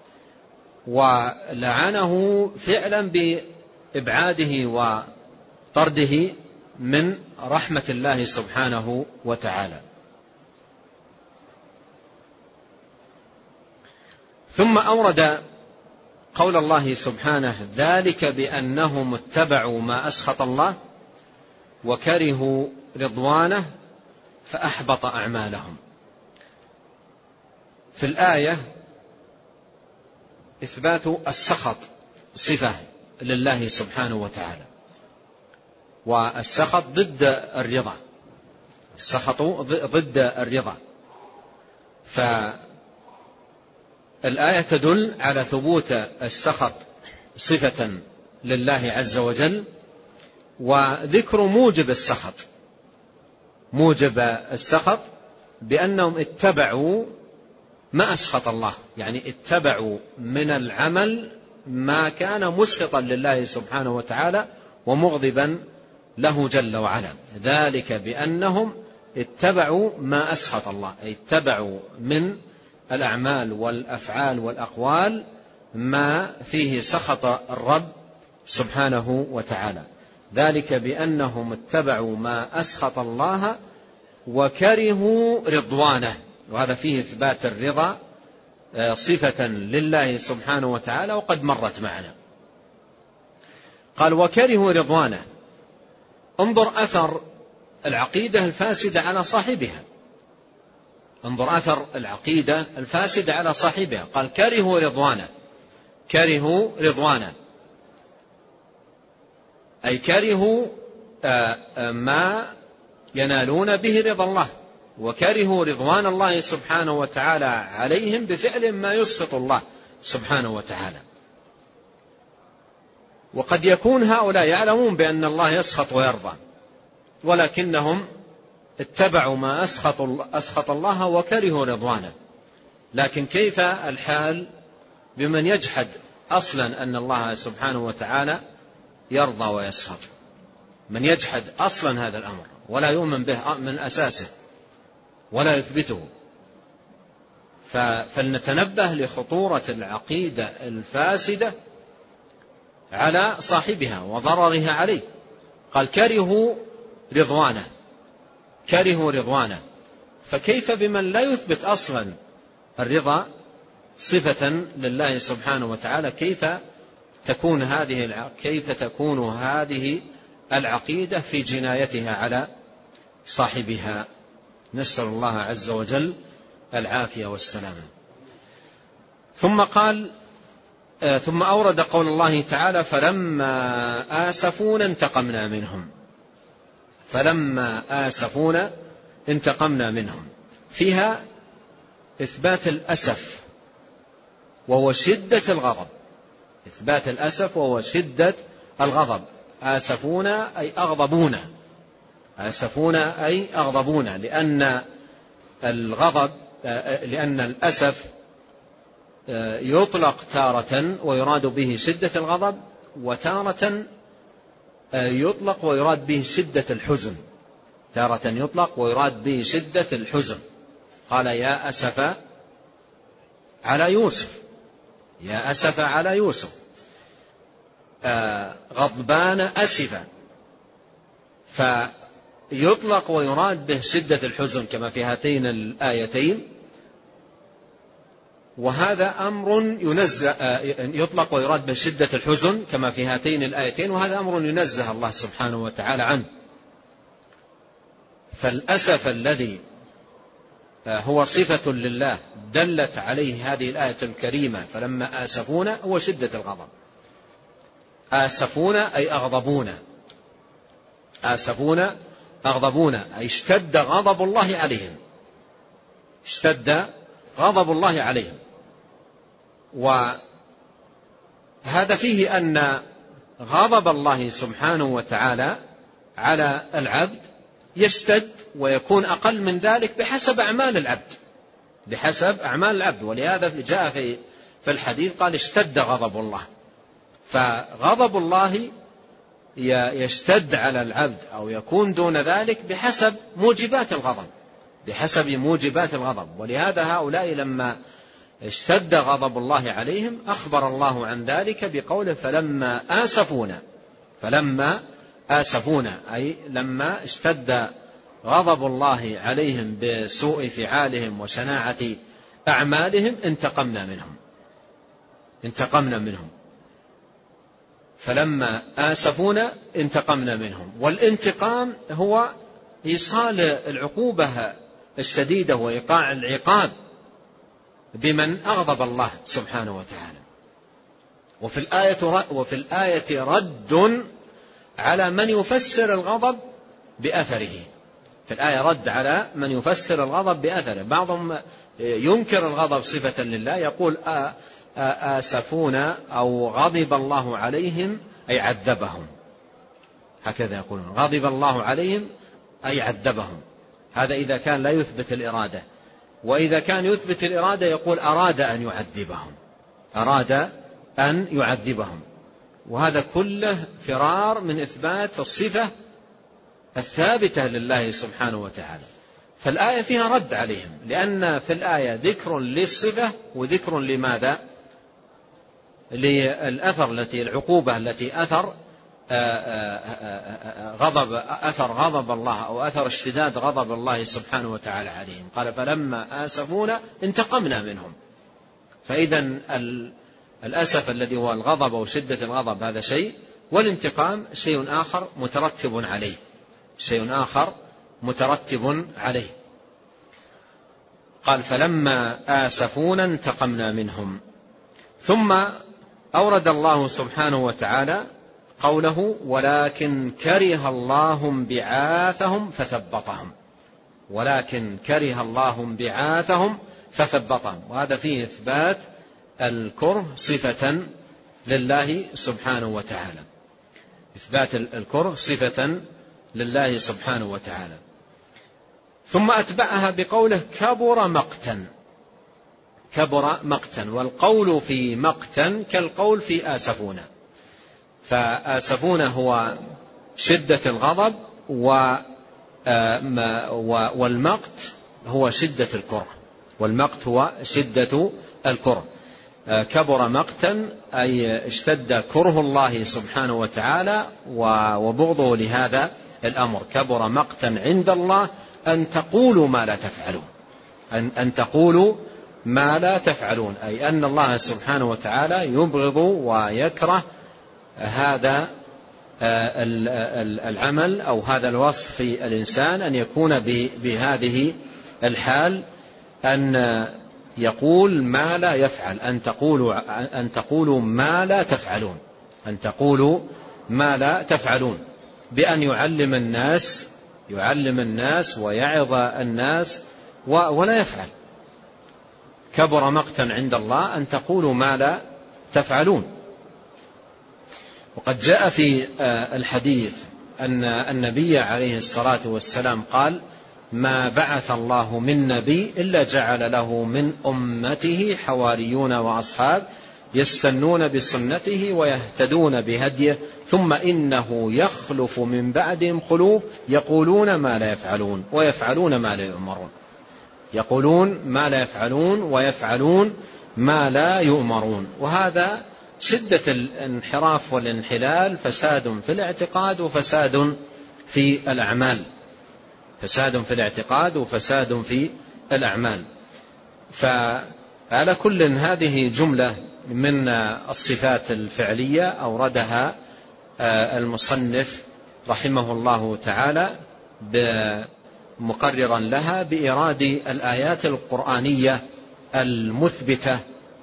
ولعنه فعلا بإبعاده وطرده من رحمة الله سبحانه وتعالى. ثم أورد قول الله سبحانه: ذلك بأنهم اتبعوا ما أسخط الله وكرهوا رضوانه فأحبط أعمالهم. في الآية إثبات السخط صفة لله سبحانه وتعالى، والسخط ضد الرضا، السخط ضد الرضا. فالآية تدل على ثبوت السخط صفة لله عز وجل، وذكر موجب السخط، موجب السخط بأنهم اتبعوا ما أسخط الله، يعني اتبعوا من العمل ما كان مسخطا لله سبحانه وتعالى ومغضبا له جل وعلا. ذلك بأنهم اتبعوا ما أسخط الله، أي اتبعوا من الأعمال والأفعال والأقوال ما فيه سخط الرب سبحانه وتعالى. ذلك بأنهم اتبعوا ما أسخط الله وكرهوا رضوانه، وهذا فيه إثبات الرضا صفة لله سبحانه وتعالى وقد مرت معنا. قال وكرهوا رضوانه، انظر أثر العقيدة الفاسدة على صاحبها، انظر أثر العقيدة الفاسدة على صاحبها. قال كرهوا رضوانه، كرهوا رضوانه أي كرهوا ما ينالون به رضا الله، وكرهوا رضوان الله سبحانه وتعالى عليهم بفعل ما يسخط الله سبحانه وتعالى. وقد يكون هؤلاء يعلمون بأن الله يسخط ويرضى، ولكنهم اتبعوا ما أسخط, أسخط الله وكرهوا رضوانه. لكن كيف الحال بمن يجحد أصلا أن الله سبحانه وتعالى يرضى ويسخط؟ من يجحد أصلا هذا الأمر ولا يؤمن به من أساسه ولا يثبته. فلنتنبه لخطورة العقيدة الفاسدة على صاحبها وضررها عليه. قال كرهوا رضوانه، كرهوا رضوانه، فكيف بمن لا يثبت أصلا الرضا صفة لله سبحانه وتعالى؟ كيف تكون هذه كيف تكون هذه العقيدة في جنايتها على صاحبها؟ نسأل الله عز وجل العافية والسلامة. ثم قال ثم أورد قول الله تعالى فلما آسفونا انتقمنا منهم، فلما آسفونا انتقمنا منهم، فيها إثبات الأسف وهو شدة الغضب، إثبات الأسف وهو شدة الغضب. آسفونا أي أغضبونا، آسفون أي أغضبون، لأن الغضب لأن الأسف يطلق تارة ويراد به شدة الغضب، وتارة يطلق ويراد به شدة الحزن. تارة يطلق ويراد به شدة الحزن. قال يا أسف على يوسف، يا أسف على يوسف. غضبان أسفا، فيطلق ويراد به شدة الحزن كما في هاتين الآيتين. وهذا أمر ينزه، يطلق ويراد به شدة الحزن كما في هاتين الآيتين، وهذا أمر ينزه الله سبحانه وتعالى عنه. فالأسف الذي هو صفة لله دلت عليه هذه الآية الكريمة فلما آسفونا هو شدة الغضب. آسفون أي أغضبون، آسفون أغضبون أي اشتد غضب الله عليهم، اشتد غضب الله عليهم. وهذا فيه أن غضب الله سبحانه وتعالى على العبد يشتد ويكون أقل من ذلك بحسب أعمال العبد، بحسب أعمال العبد. ولهذا جاء في في الحديث قال اشتد غضب الله. فغضب الله يشتد على العبد أو يكون دون ذلك بحسب موجبات الغضب، بحسب موجبات الغضب. ولهذا هؤلاء لما اشتد غضب الله عليهم أخبر الله عن ذلك بقوله فلما آسفونا، فلما آسفونا أي لما اشتد غضب الله عليهم بسوء فعالهم وشناعة أعمالهم انتقمنا منهم، انتقمنا منهم. فلما آسفونا انتقمنا منهم. والانتقام هو إيصال العقوبة الشديدة وإيقاع العقاب بمن أغضب الله سبحانه وتعالى. وفي الآية وفي الآية رد على من يفسر الغضب بأثره. في الآية رد على من يفسر الغضب بأثره. بعضهم ينكر الغضب صفة لله، يقول آسفون أو غضب الله عليهم أي عذبهم، هكذا يقولون، غضب الله عليهم أي عذبهم. هذا إذا كان لا يثبت الإرادة. وإذا كان يثبت الإرادة يقول أراد أن يعذبهم، أراد أن يعذبهم. وهذا كله فرار من إثبات الصفة الثابتة لله سبحانه وتعالى. فالآية فيها رد عليهم، لأن في الآية ذكر للصفة وذكر لماذا؟ للأثر التي العقوبة التي أثر غضب أثر غضب الله أو أثر اشتداد غضب الله سبحانه وتعالى عليهم. قال فلما آسفونا انتقمنا منهم. فإذا الأسف الذي هو الغضب أو شدة الغضب هذا شيء، والانتقام شيء آخر مترتب عليه، شيء آخر مترتب عليه. قال فلما آسفونا انتقمنا منهم. ثم أورد الله سبحانه وتعالى قوله ولكن كره الله انبعاثهم فثبطهم، ولكن كره الله انبعاثهم فثبطهم. وهذا فيه إثبات الكره صفة لله سبحانه وتعالى، إثبات الكره صفة لله سبحانه وتعالى. ثم أتبعها بقوله كبر مقتا، كبر مقتا. والقول في مقتا كالقول في آسفونا. فآسفونا هو شدة الغضب، والمقت هو شدة الكره، والمقت هو شدة الكره. كبر مقتا أي اشتد كره الله سبحانه وتعالى وبغضه لهذا الأمر. كبر مقتا عند الله أن تقولوا ما لا تفعلون، أن, أن تقولوا ما لا تفعلون، أي أن الله سبحانه وتعالى يبغض ويكره هذا العمل أو هذا الوصف في الإنسان، أن يكون بهذه الحال، أن يقول ما لا يفعل، أن تقولوا أن تقولوا ما لا تفعلون، أن تقولوا ما لا تفعلون، بأن يعلم الناس يعلم الناس ويعظ الناس ولا يفعل. كبر مقتا عند الله أن تقولوا ما لا تفعلون. وقد جاء في الحديث أن النبي عليه الصلاة والسلام قال: ما بعث الله من نبي إلا جعل له من أمته حواريون وأصحاب يستنون بسنته ويهتدون بهديه ثم إنه يخلف من بعدهم خلوف يقولون ما لا يفعلون ويفعلون ما لا يؤمرون. يقولون ما لا يفعلون ويفعلون ما لا يؤمرون. وهذا شدة الانحراف والانحلال، فساد في الاعتقاد وفساد في الأعمال، فساد في الاعتقاد وفساد في الأعمال. فعلى كل هذه جملة من الصفات الفعلية أوردها المصنف رحمه الله تعالى مقررا لها بإيراد الآيات القرآنية المثبتة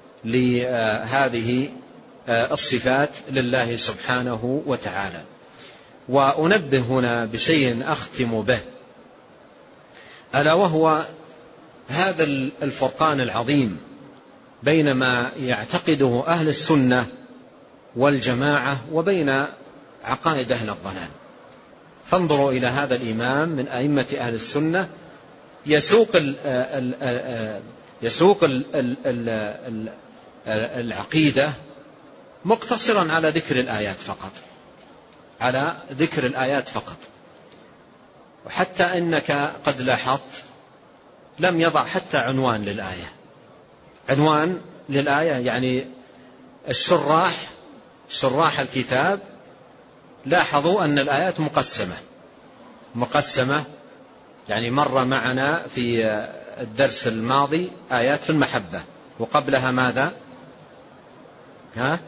لهذه الصفات لله سبحانه وتعالى. وأنبه هنا بشيء أختم به، ألا وهو هذا الفرقان العظيم بين ما يعتقده أهل السنة والجماعة وبين عقائد أهل الضلال. فانظروا إلى هذا الإمام من أئمة أهل السنة يسوق ال ال ال يسوق ال ال ال العقيدة مقتصرا على ذكر الآيات فقط، على ذكر الآيات فقط. وحتى إنك قد لاحظت لم يضع حتى عنوان للآية، عنوان للآية. يعني الشراح شراح الكتاب لاحظوا أن الآيات مقسمة مقسمة يعني مر معنا في الدرس الماضي آيات في المحبة، وقبلها ماذا؟ ها؟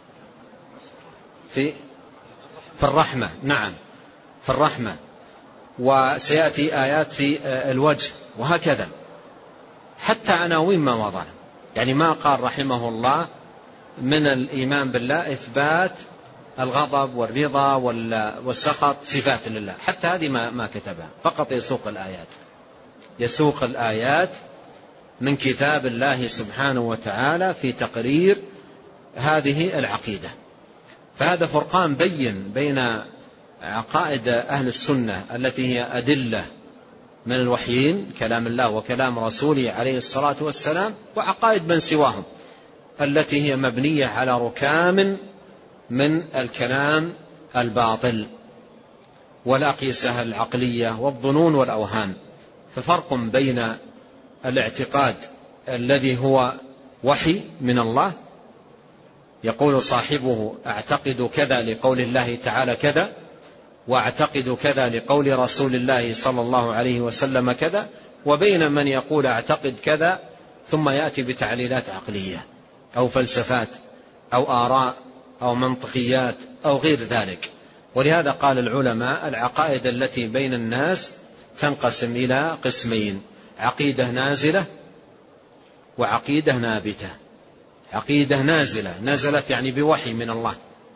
في في الرحمة. نعم، في الرحمة. وسيأتي آيات في الوجه، وهكذا حتى عناوين ما وضع. يعني ما قال رحمه الله من الإيمان بالله إثبات الغضب والرضا والسخط صفات لله، حتى هذه ما ما كتبها، فقط يسوق الآيات يسوق الآيات من كتاب الله سبحانه وتعالى في تقرير هذه العقيدة. فهذا فرقان بين بين عقائد أهل السنة التي هي أدلة من الوحيين كلام الله وكلام رسوله عليه الصلاة والسلام، وعقائد من سواهم التي هي مبنية على ركام من الكلام الباطل والأقيسة العقلية والظنون والأوهام. ففرق بين الاعتقاد الذي هو وحي من الله يقول صاحبه أعتقد كذا لقول الله تعالى كذا، وأعتقد كذا لقول رسول الله صلى الله عليه وسلم كذا، وبين من يقول أعتقد كذا ثم يأتي بتعليلات عقلية أو فلسفات أو آراء أو منطقيات أو غير ذلك. ولهذا قال العلماء العقائد التي بين الناس تنقسم إلى قسمين: عقيدة نازلة وعقيدة نابتة. عقيدة نازلة، نزلت يعني بوحي من الله،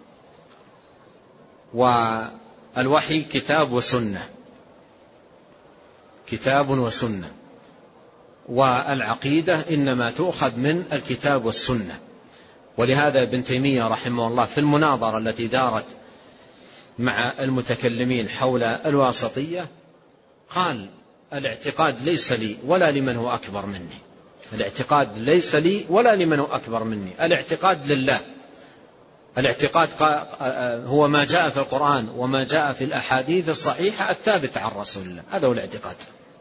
والوحي كتاب وسنة، كتاب وسنة. والعقيدة إنما تؤخذ من الكتاب والسنة. ولهذا ابن تيمية رحمه الله في المناظرة التي دارت مع المتكلمين حول الواسطية قال: الاعتقاد ليس لي ولا لمن هو أكبر مني، الاعتقاد ليس لي ولا لمن هو أكبر مني، الاعتقاد لله. الاعتقاد هو ما جاء في القرآن وما جاء في الأحاديث الصحيحة الثابتة عن رسول الله، هذا هو الاعتقاد.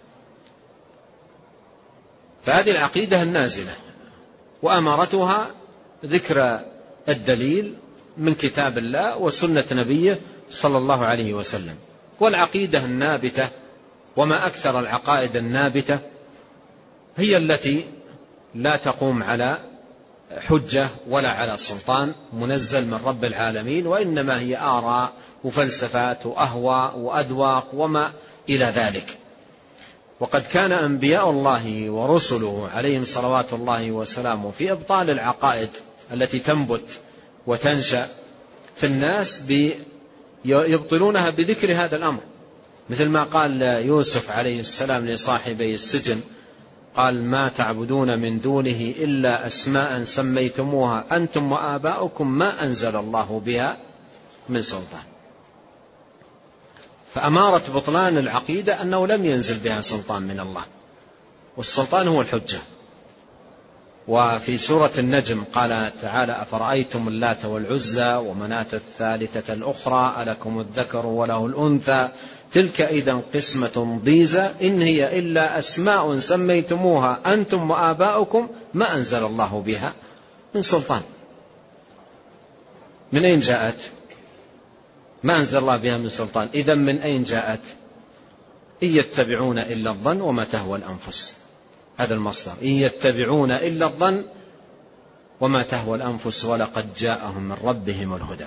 فهذه العقيدة النازلة، وأمرتها ذكر الدليل من كتاب الله وسنة نبيه صلى الله عليه وسلم. والعقيدة النابتة، وما أكثر العقائد النابتة، هي التي لا تقوم على حجة ولا على سلطان منزل من رب العالمين، وإنما هي آراء وفلسفات وأهواء وأذواق وما إلى ذلك. وقد كان أنبياء الله ورسله عليهم صلوات الله وسلامه في إبطال العقائد التي تنبت وتنشأ في الناس يبطلونها بذكر هذا الأمر، مثل ما قال يوسف عليه السلام لصاحبي السجن، قال: ما تعبدون من دونه إلا أسماء سميتموها أنتم وآباؤكم ما أنزل الله بها من سلطان. فأمارة بطلان العقيدة أنه لم ينزل بها سلطان من الله، والسلطان هو الحجة. وفي سورة النجم قال تعالى: أفرأيتم اللات والعزى ومناة الثالثة الأخرى ألكم الذكر وله الأنثى تلك إذا قسمة ضيزى إن هي إلا أسماء سميتموها أنتم وآباؤكم ما أنزل الله بها من سلطان. من أين جاءت؟ ما أنزل الله بها من سلطان. إذن من أين جاءت؟ إن يتبعون إلا الظن وما تهوى الأنفس. هذا المصدر، إن يتبعون إلا الظن وما تهوى الأنفس ولقد جاءهم من ربهم الهدى.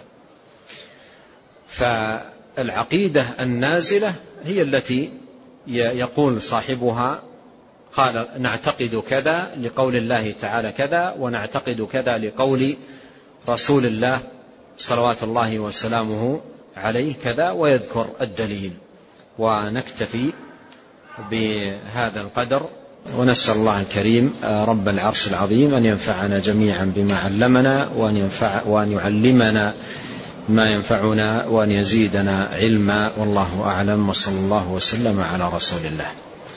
فالعقيدة النازلة هي التي يقول صاحبها قال نعتقد كذا لقول الله تعالى كذا، ونعتقد كذا لقول رسول الله صلوات الله وسلامه عليه كذا، ويذكر الدليل. ونكتفي بهذا القدر، ونسأل الله الكريم رب العرش العظيم أن ينفعنا جميعا بما علمنا، وأن, ينفع وأن يعلمنا ما ينفعنا، وأن يزيدنا علما. والله أعلم، وصلى الله وسلم على رسول الله.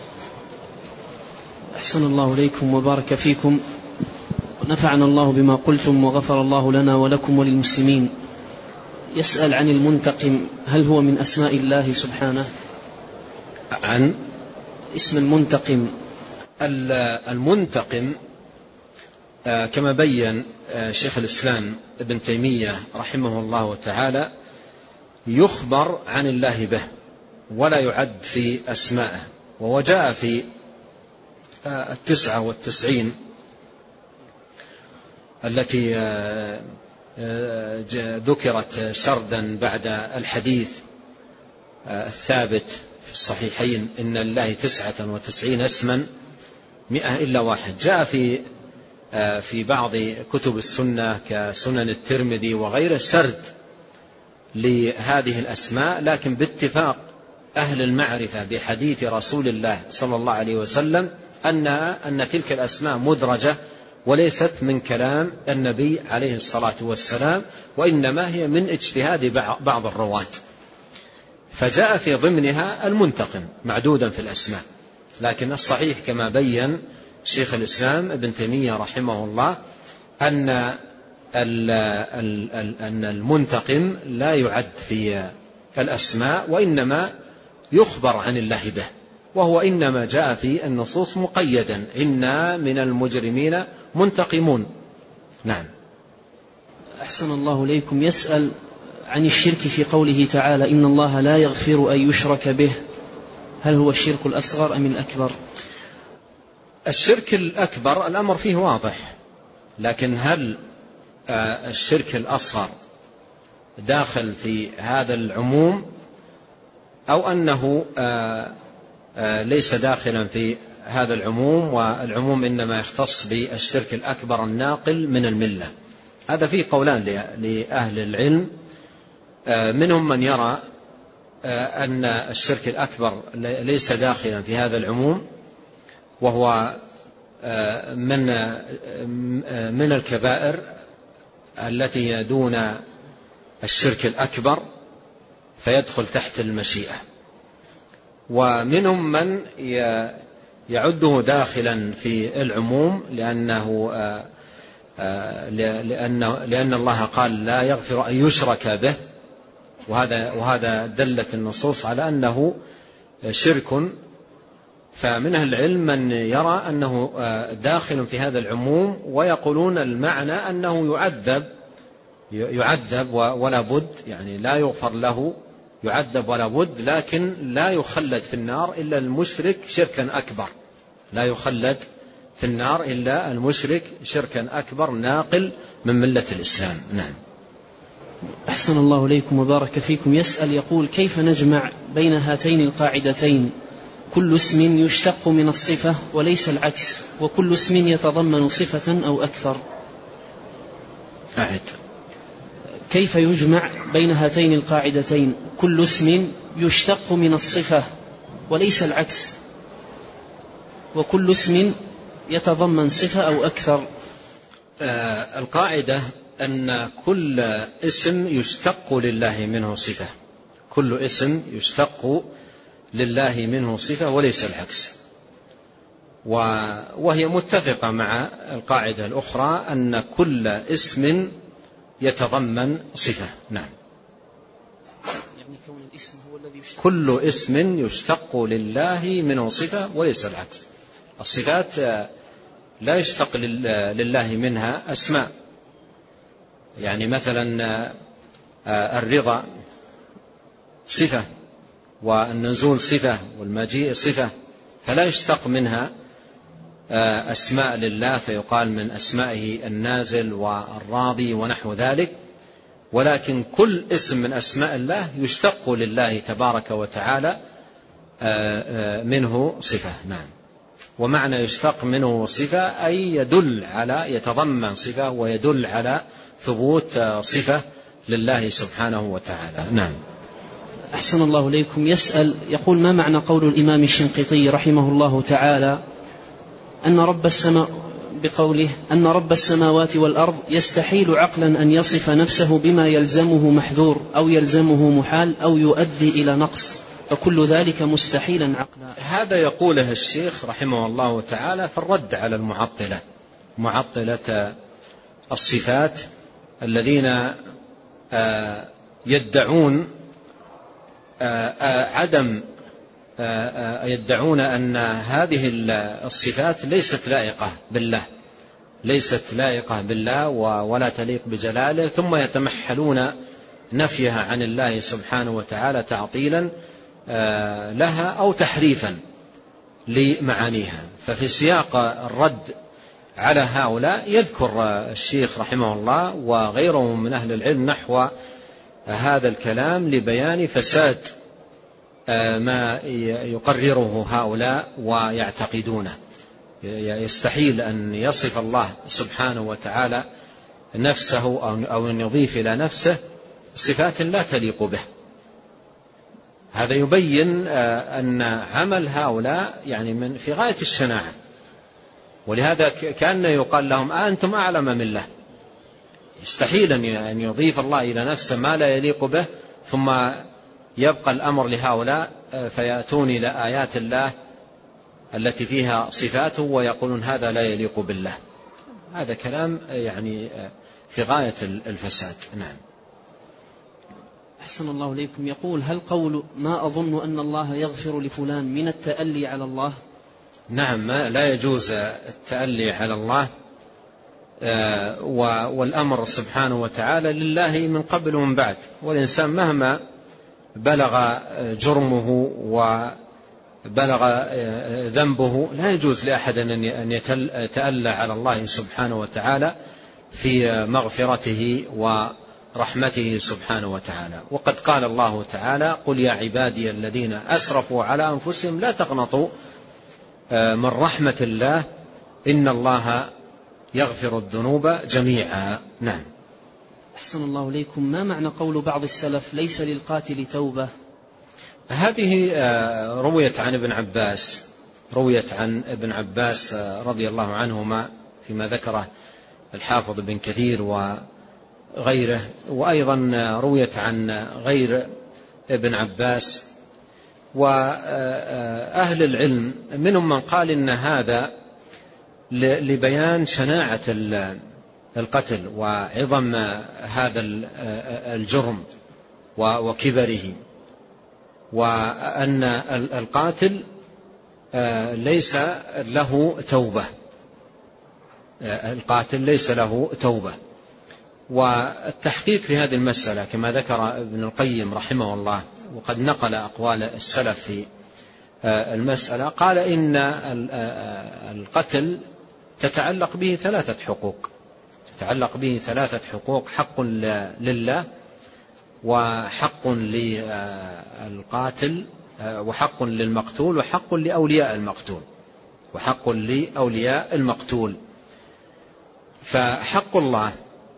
أحسن الله إليكم وبارك فيكم، ونفعنا الله بما قلتم، وغفر الله لنا ولكم وللمسلمين. يسأل عن المنتقم، هل هو من أسماء الله سبحانه؟ عن اسم المنتقم. المنتقم كما بين شيخ الإسلام ابن تيمية رحمه الله تعالى يخبر عن الله به ولا يعد في أسمائه. وجاء في التسعة والتسعين التي ذكرت سردا بعد الحديث الثابت في الصحيحين إن الله تسعة وتسعين اسما مئة إلا واحد. جاء في في بعض كتب السنة كسنن الترمذي وغيره سرد لهذه الأسماء، لكن باتفاق أهل المعرفة بحديث رسول الله صلى الله عليه وسلم أن أن تلك الأسماء مدرجة وليست من كلام النبي عليه الصلاة والسلام، وإنما هي من اجتهاد بعض الرواة. فجاء في ضمنها المنتقم معدودا في الأسماء، لكن الصحيح كما بين شيخ الإسلام ابن تيمية رحمه الله أن أن المنتقم لا يعد في الأسماء، وإنما يخبر عن الله به، وهو إنما جاء في النصوص مقيدا: إنا من المجرمين منتقمون. نعم. أحسن الله إليكم. يسأل عن الشرك في قوله تعالى: إن الله لا يغفر أن يشرك به، هل هو الشرك الأصغر أم الأكبر؟ الشرك الأكبر الأمر فيه واضح، لكن هل الشرك الأصغر داخل في هذا العموم أو أنه ليس داخلا في هذا العموم، والعموم إنما يختص بالشرك الأكبر الناقل من الملة؟ هذا فيه قولان لأهل العلم. منهم من يرى أن الشرك الأكبر ليس داخلا في هذا العموم، وهو من من الكبائر التي هي دون الشرك الأكبر فيدخل تحت المشيئة. ومنهم من يعده داخلا في العموم لأنه لأن لأن الله قال لا يغفر أن يشرك به، وهذا وهذا دلت النصوص على أنه شرك. فمن أهل العلم من يرى أنه داخل في هذا العموم، ويقولون المعنى أنه يعذب يعذب ولا بد، يعني لا يغفر له، يعذب ولا بد، لكن لا يخلد في النار إلا المشرك شركا أكبر، لا يخلد في النار إلا المشرك شركا أكبر ناقل من ملة الإسلام. نعم. أحسن الله إليكم وبارك فيكم. يسأل يقول: كيف نجمع بين هاتين القاعدتين: كل اسم يشتق من الصفة وليس العكس، وكل اسم يتضمن صفة أو أكثر؟ أعد. كيف يجمع بين هاتين القاعدتين: كل اسم يشتق من الصفة وليس العكس، وكل اسم يتضمن صفة أو أكثر؟ آه القاعدة أن كل اسم يشتق لله منه صفة، كل اسم يشتق لله منه صفة وليس العكس. وهي متفقة مع القاعدة الأخرى أن كل اسم يتضمن صفة. نعم. يعني كون الاسم هو الذي يشتق، كل اسم يشتق لله منه صفة وليس العكس. الصفات لا يشتق لله منها أسماء، يعني مثلا الرضا صفة، والنزول صفة، والمجيء صفة، فلا يشتق منها أسماء لله فيقال من أسمائه النازل والراضي ونحو ذلك، ولكن كل اسم من أسماء الله يشتق لله تبارك وتعالى منه صفة. نعم. ومعنى يشتق منه صفة أي يدل على يتضمن صفة ويدل على ثبوت صفة لله سبحانه وتعالى. نعم. أحسن الله إليكم. يسأل يقول: ما معنى قول الإمام الشنقيطي رحمه الله تعالى أن رب السماء بقوله أن رب السماوات والأرض يستحيل عقلا أن يصف نفسه بما يلزمه محذور أو يلزمه محال أو يؤدي إلى نقص، فكل ذلك مستحيلا عقلا؟ هذا يقوله الشيخ رحمه الله تعالى في الرد على المعطلة، معطلة الصفات الذين يدعون عدم يدعون أن هذه الصفات ليست لائقة بالله، ليست لائقة بالله ولا تليق بجلاله، ثم يتمحلون نفيها عن الله سبحانه وتعالى تعطيلا لها أو تحريفا لمعانيها. ففي سياق الرد على هؤلاء يذكر الشيخ رحمه الله وغيره من أهل العلم نحو هذا الكلام لبيان فساد ما يقرره هؤلاء ويعتقدونه. يستحيل أن يصف الله سبحانه وتعالى نفسه أو أن يضيف إلى نفسه صفات لا تليق به. هذا يبين أن عمل هؤلاء يعني من في غاية الشناعة، ولهذا كان يقال لهم أنتم أعلم من الله. يستحيل أن يضيف الله إلى نفسه ما لا يليق به، ثم يبقى الأمر لهؤلاء فيأتون إلى آيات الله التي فيها صفاته ويقولون هذا لا يليق بالله. هذا كلام يعني في غاية الفساد. نعم. أحسن الله إليكم. يقول: هل قول ما أظن أن الله يغفر لفلان من التألي على الله؟ نعم، لا يجوز التألي على الله، والأمر سبحانه وتعالى لله من قبل ومن بعد، والإنسان مهما بلغ جرمه وبلغ ذنبه لا يجوز لأحد أن يتألى على الله سبحانه وتعالى في مغفرته ورحمته سبحانه وتعالى. وقد قال الله تعالى: قل يا عبادي الذين أسرفوا على أنفسهم لا تقنطوا من رحمة الله إن الله يغفر الذنوب جميعا. نعم. أحسن الله إليكم. ما معنى قول بعض السلف ليس للقاتل توبة؟ هذه رويت عن ابن عباس رويت عن ابن عباس رضي الله عنهما فيما ذكره الحافظ بن كثير وغيره، وأيضا رويت عن غير ابن عباس. وأهل العلم منهم من قال إن هذا لبيان شناعة القتل وعظم هذا الجرم وكبره، وأن القاتل ليس له توبة، القاتل ليس له توبة. والتحقيق في هذه المسألة كما ذكر ابن القيم رحمه الله، وقد نقل أقوال السلف في المسألة، قال إن القتل تتعلق به ثلاثة حقوق تتعلق به ثلاثة حقوق: حق لله، وحق للقاتل، وحق للمقتول، وحق لأولياء المقتول وحق لأولياء المقتول. فحق الله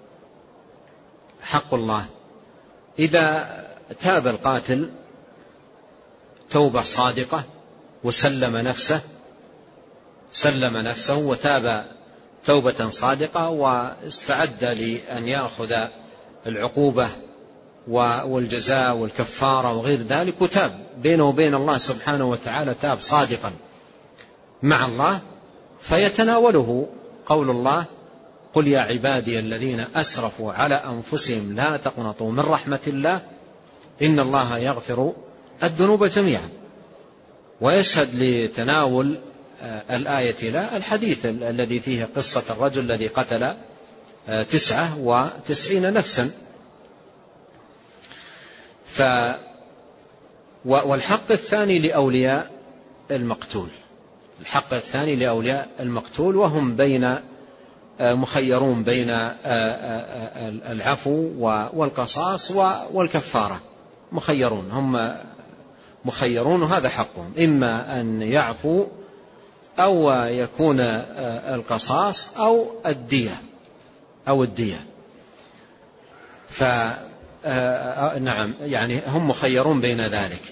حق الله إذا تاب القاتل توبة صادقة وسلم نفسه سلم نفسه وتاب توبة صادقة واستعد لأن يأخذ العقوبة والجزاء والكفارة وغير ذلك، وتاب بينه وبين الله سبحانه وتعالى تاب صادقا مع الله، فيتناوله قول الله: قل يا عبادي الذين أسرفوا على أنفسهم لا تقنطوا من رحمة الله إن الله يغفر الذنوب جميعا. ويشهد لتناول الآية لا الحديث الذي فيه قصة الرجل الذي قتل تسعة وتسعين نفسا. ف والحق الثاني لأولياء المقتول، الحق الثاني لأولياء المقتول وهم بين مخيرون بين العفو والقصاص والكفارة، مخيرون، هم مخيرون، وهذا حقهم، إما أن يعفو أو يكون القصاص أو الدية أو الدية. فنعم يعني هم مخيرون بين ذلك.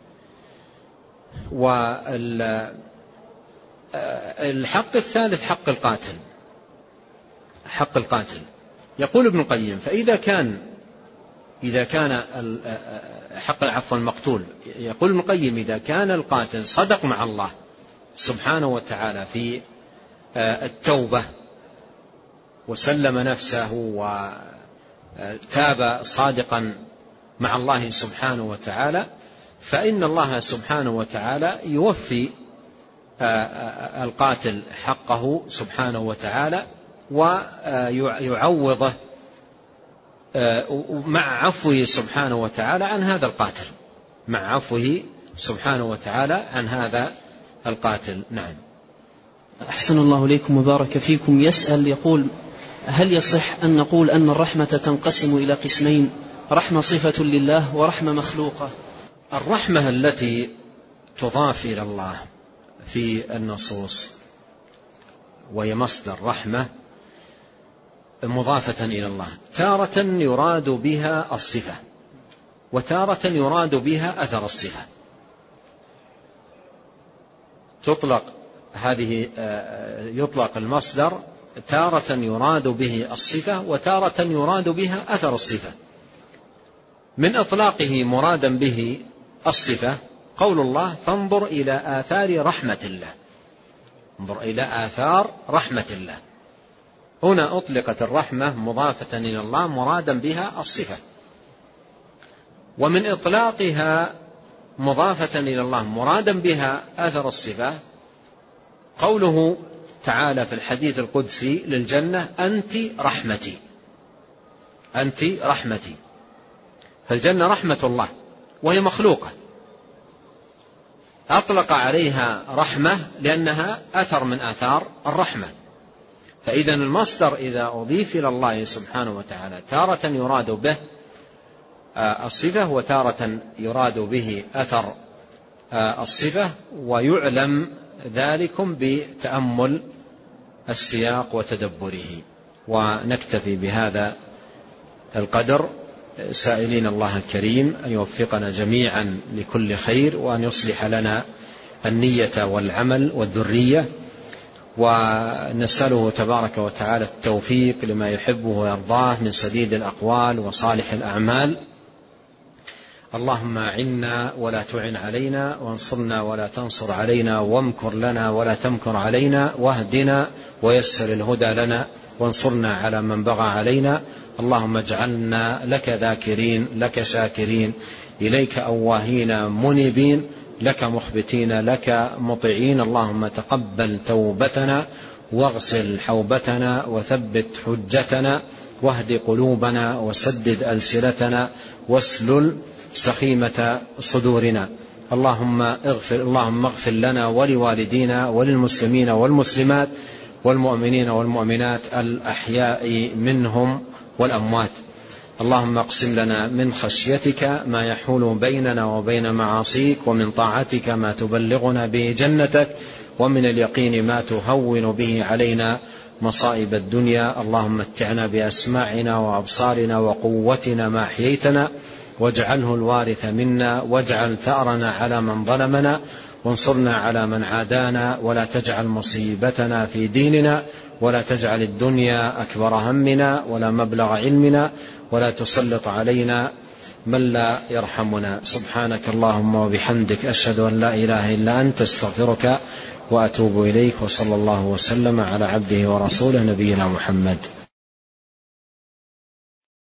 والحق الثالث حق القاتل، حق القاتل. يقول ابن القيم: فإذا كان إذا كان حق العفو المقتول، يقول ابن القيم: إذا كان القاتل صدق مع الله سبحانه وتعالى في التوبة وسلم نفسه وتاب صادقا مع الله سبحانه وتعالى، فإن الله سبحانه وتعالى يوفي القاتل حقه سبحانه وتعالى ويعوضه مع عفوه سبحانه وتعالى عن هذا القاتل، مع عفوه سبحانه وتعالى عن هذا القاتل. نعم. أحسن الله إليكم وبارك فيكم. يسأل يقول: هل يصح أن نقول أن الرحمة تنقسم إلى قسمين، رحمة صفة لله ورحمة مخلوقة؟ الرحمة التي تضاف إلى الله في النصوص وهي مصدر رحمة مضافة إلى الله، تارة يراد بها الصفة وتارة يراد بها أثر الصفة. تطلق هذه يطلق المصدر تارة يراد به الصفة وتارة يراد بها أثر الصفة. من إطلاقه مرادا به الصفة قول الله: فانظر إلى آثار رحمة الله، انظر إلى آثار رحمة الله. هنا أطلقت الرحمة مضافة إلى الله مرادا بها الصفة. ومن إطلاقها مضافة إلى الله مرادا بها أثر الصفة قوله تعالى في الحديث القدسي للجنة: أنت رحمتي، أنت رحمتي. فالجنة رحمة الله وهي مخلوقة، أطلق عليها رحمة لأنها أثر من آثار الرحمة. فإذا المصدر إذا أضيف إلى الله سبحانه وتعالى تارة يراد به الصفة وتارة يراد به أثر الصفة، ويعلم ذلكم بتأمل السياق وتدبره. ونكتفي بهذا القدر، سائلين الله الكريم أن يوفقنا جميعا لكل خير، وأن يصلح لنا النية والعمل والذرية، ونسأله تبارك وتعالى التوفيق لما يحبه ويرضاه من سديد الأقوال وصالح الأعمال. اللهم أعنا ولا تعن علينا، وانصرنا ولا تنصر علينا، وامكر لنا ولا تمكر علينا، واهدنا ويسر الهدى لنا، وانصرنا على من بغى علينا. اللهم اجعلنا لك ذاكرين، لك شاكرين، إليك أواهين منيبين، لك مخبتين، لك مطيعين. اللهم تقبل توبتنا واغسل حوبتنا وثبت حجتنا، واهد قلوبنا وسدد ألسنتنا واسلل سخيمة صدورنا. اللهم اغفر اللهم اغفر لنا ولوالدينا وللمسلمين والمسلمات والمؤمنين والمؤمنات الأحياء منهم والأموات. اللهم اقسم لنا من خشيتك ما يحول بيننا وبين معاصيك، ومن طاعتك ما تبلغنا به جنتك، ومن اليقين ما تهون به علينا مصائب الدنيا. اللهم متعنا بأسماعنا وأبصارنا وقوتنا ما أحييتنا، واجعله الوارث منا، واجعل ثأرنا على من ظلمنا، وانصرنا على من عادانا، ولا تجعل مصيبتنا في ديننا، ولا تجعل الدنيا أكبر همنا ولا مبلغ علمنا، ولا تسلط علينا من لا يرحمنا. سبحانك اللهم وبحمدك، أشهد أن لا إله إلا أنت، استغفرك وأتوب إليك. وصلى الله وسلم على عبده ورسوله نبينا محمد.